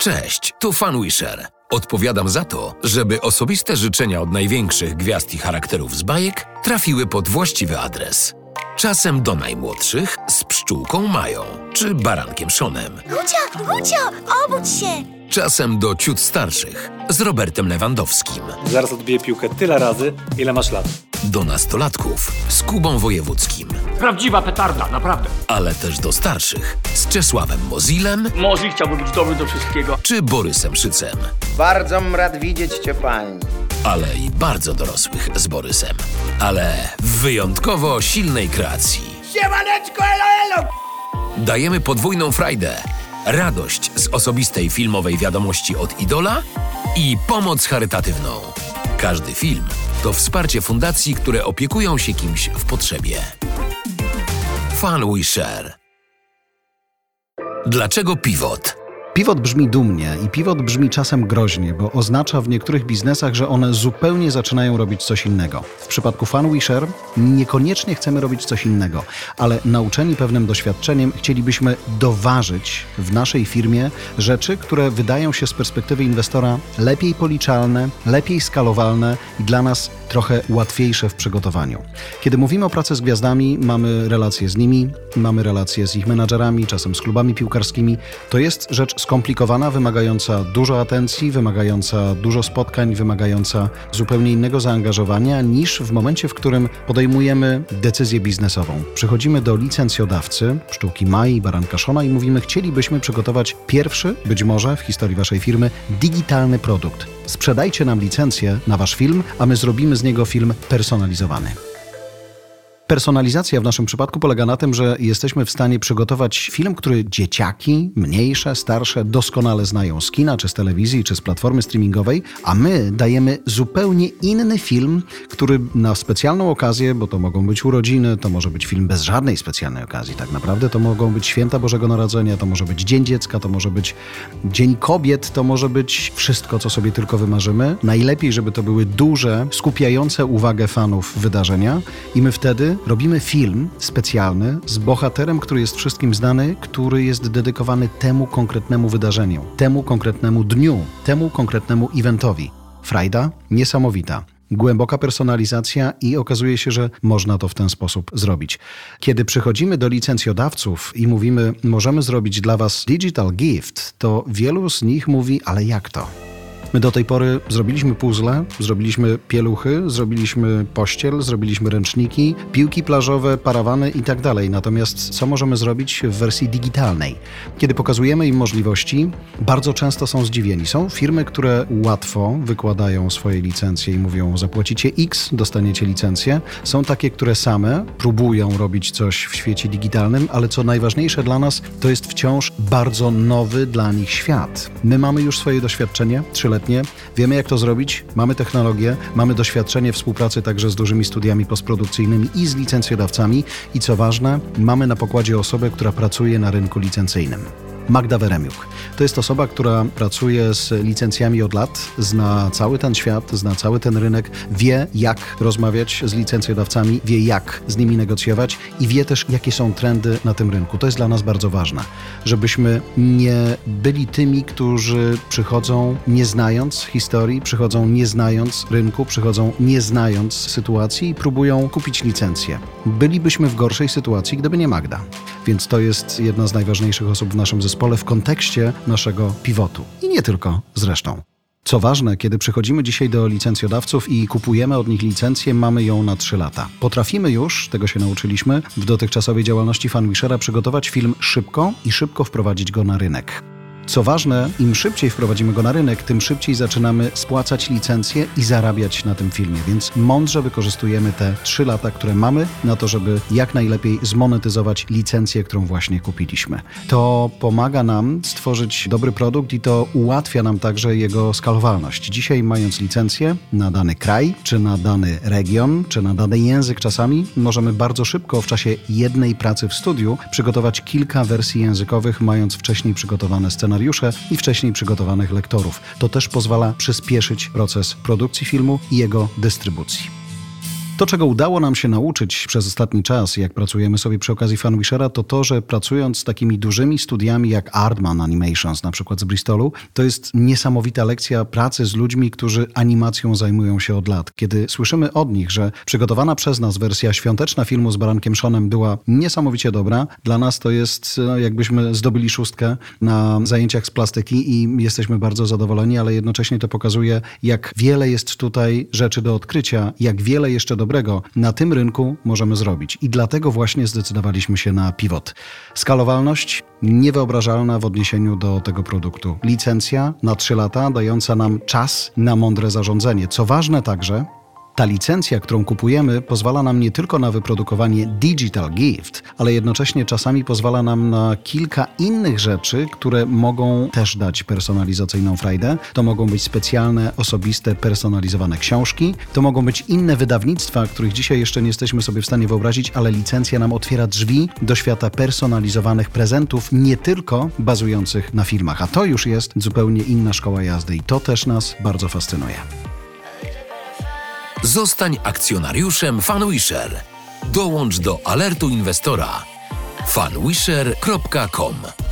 Cześć, tu Fanwisher. Odpowiadam za to, żeby osobiste życzenia od największych gwiazd i charakterów z bajek trafiły pod właściwy adres. Czasem do najmłodszych z pszczółką Mają, czy barankiem Seanem. Gucio, obudź się! Czasem do ciut starszych z Robertem Lewandowskim. Zaraz odbiję piłkę tyle razy, ile masz lat. Do nastolatków z Kubą Wojewódzkim. Prawdziwa petarda, naprawdę. Ale też do starszych z Czesławem Mozilem. Mozi chciałby być dobry do wszystkiego. Czy Borysem Szycem. Bardzo rad widzieć cię, pani. Ale i bardzo dorosłych z Borysem. Ale w wyjątkowo silnej kreacji. Siemaneczko, elo, elo! Dajemy podwójną frajdę. Radość z osobistej filmowej wiadomości od idola i pomoc charytatywną. Każdy film to wsparcie fundacji, które opiekują się kimś w potrzebie. Fanwisher. Dlaczego Pivot? Pivot brzmi dumnie i Pivot brzmi czasem groźnie, bo oznacza w niektórych biznesach, że one zupełnie zaczynają robić coś innego. W przypadku Fanwisher niekoniecznie chcemy robić coś innego, ale nauczeni pewnym doświadczeniem chcielibyśmy doważyć w naszej firmie rzeczy, które wydają się z perspektywy inwestora lepiej policzalne, lepiej skalowalne i dla nas trochę łatwiejsze w przygotowaniu. Kiedy mówimy o pracy z gwiazdami, mamy relacje z nimi, mamy relacje z ich menadżerami, czasem z klubami piłkarskimi. To jest rzecz skomplikowana, wymagająca dużo atencji, wymagająca dużo spotkań, wymagająca zupełnie innego zaangażowania niż w momencie, w którym podejmujemy decyzję biznesową. Przychodzimy do licencjodawcy, pszczółki Mai, baranka Seana i mówimy, chcielibyśmy przygotować pierwszy, być może w historii waszej firmy, digitalny produkt. Sprzedajcie nam licencję na wasz film, a my zrobimy z niego film personalizowany. Personalizacja w naszym przypadku polega na tym, że jesteśmy w stanie przygotować film, który dzieciaki, mniejsze, starsze, doskonale znają z kina, czy z telewizji, czy z platformy streamingowej, a my dajemy zupełnie inny film, który na specjalną okazję, bo to mogą być urodziny, to może być film bez żadnej specjalnej okazji tak naprawdę, to mogą być święta Bożego Narodzenia, to może być Dzień Dziecka, to może być Dzień Kobiet, to może być wszystko, co sobie tylko wymarzymy. Najlepiej, żeby to były duże, skupiające uwagę fanów wydarzenia i my wtedy robimy film specjalny z bohaterem, który jest wszystkim znany, który jest dedykowany temu konkretnemu wydarzeniu, temu konkretnemu dniu, temu konkretnemu eventowi. Frajda niesamowita. Głęboka personalizacja i okazuje się, że można to w ten sposób zrobić. Kiedy przychodzimy do licencjodawców i mówimy, możemy zrobić dla was digital gift, to wielu z nich mówi, ale jak to? My do tej pory zrobiliśmy puzzle, zrobiliśmy pieluchy, zrobiliśmy pościel, zrobiliśmy ręczniki, piłki plażowe, parawany i tak dalej. Natomiast co możemy zrobić w wersji digitalnej? Kiedy pokazujemy im możliwości, bardzo często są zdziwieni. Są firmy, które łatwo wykładają swoje licencje i mówią, zapłacicie X, dostaniecie licencję. Są takie, które same próbują robić coś w świecie digitalnym, ale co najważniejsze dla nas, to jest wciąż bardzo nowy dla nich świat. My mamy już swoje doświadczenie, 3-letnie. Wiemy, jak to zrobić, mamy technologię, mamy doświadczenie współpracy także z dużymi studiami postprodukcyjnymi i z licencjodawcami i co ważne, mamy na pokładzie osobę, która pracuje na rynku licencyjnym. Magda Weremiuk. To jest osoba, która pracuje z licencjami od lat, zna cały ten świat, zna cały ten rynek, wie jak rozmawiać z licencjodawcami, wie jak z nimi negocjować i wie też jakie są trendy na tym rynku. To jest dla nas bardzo ważne, żebyśmy nie byli tymi, którzy przychodzą nie znając historii, przychodzą nie znając rynku, przychodzą nie znając sytuacji i próbują kupić licencję. Bylibyśmy w gorszej sytuacji, gdyby nie Magda. Więc to jest jedna z najważniejszych osób w naszym zespole w kontekście naszego pivotu. I nie tylko zresztą. Co ważne, kiedy przychodzimy dzisiaj do licencjodawców i kupujemy od nich licencję, mamy ją na 3 lata. Potrafimy już, tego się nauczyliśmy, w dotychczasowej działalności Fanwishera przygotować film szybko i szybko wprowadzić go na rynek. Co ważne, im szybciej wprowadzimy go na rynek, tym szybciej zaczynamy spłacać licencje i zarabiać na tym filmie, więc mądrze wykorzystujemy te 3 lata, które mamy na to, żeby jak najlepiej zmonetyzować licencję, którą właśnie kupiliśmy. To pomaga nam stworzyć dobry produkt i to ułatwia nam także jego skalowalność. Dzisiaj mając licencję na dany kraj, czy na dany region, czy na dany język czasami, możemy bardzo szybko w czasie jednej pracy w studiu przygotować kilka wersji językowych, mając wcześniej przygotowane scenariusze i wcześniej przygotowanych lektorów. To też pozwala przyspieszyć proces produkcji filmu i jego dystrybucji. To, czego udało nam się nauczyć przez ostatni czas, jak pracujemy sobie przy okazji Funwishera, to to, że pracując z takimi dużymi studiami jak Aardman Animations, na przykład z Bristolu, to jest niesamowita lekcja pracy z ludźmi, którzy animacją zajmują się od lat. Kiedy słyszymy od nich, że przygotowana przez nas wersja świąteczna filmu z Barankiem Seanem była niesamowicie dobra, dla nas to jest jakbyśmy zdobyli 6 na zajęciach z plastyki i jesteśmy bardzo zadowoleni, ale jednocześnie to pokazuje, jak wiele jest tutaj rzeczy do odkrycia, jak wiele jeszcze dobrego na tym rynku możemy zrobić. I dlatego właśnie zdecydowaliśmy się na Pivot. Skalowalność niewyobrażalna w odniesieniu do tego produktu. Licencja na 3 lata, dająca nam czas na mądre zarządzanie. Co ważne także, ta licencja, którą kupujemy, pozwala nam nie tylko na wyprodukowanie Digital Gift, ale jednocześnie czasami pozwala nam na kilka innych rzeczy, które mogą też dać personalizacyjną frajdę. To mogą być specjalne, osobiste, personalizowane książki. To mogą być inne wydawnictwa, których dzisiaj jeszcze nie jesteśmy sobie w stanie wyobrazić, ale licencja nam otwiera drzwi do świata personalizowanych prezentów, nie tylko bazujących na filmach. A to już jest zupełnie inna szkoła jazdy i to też nas bardzo fascynuje. Zostań akcjonariuszem Funwisher. Dołącz do alertu inwestora funwisher.com.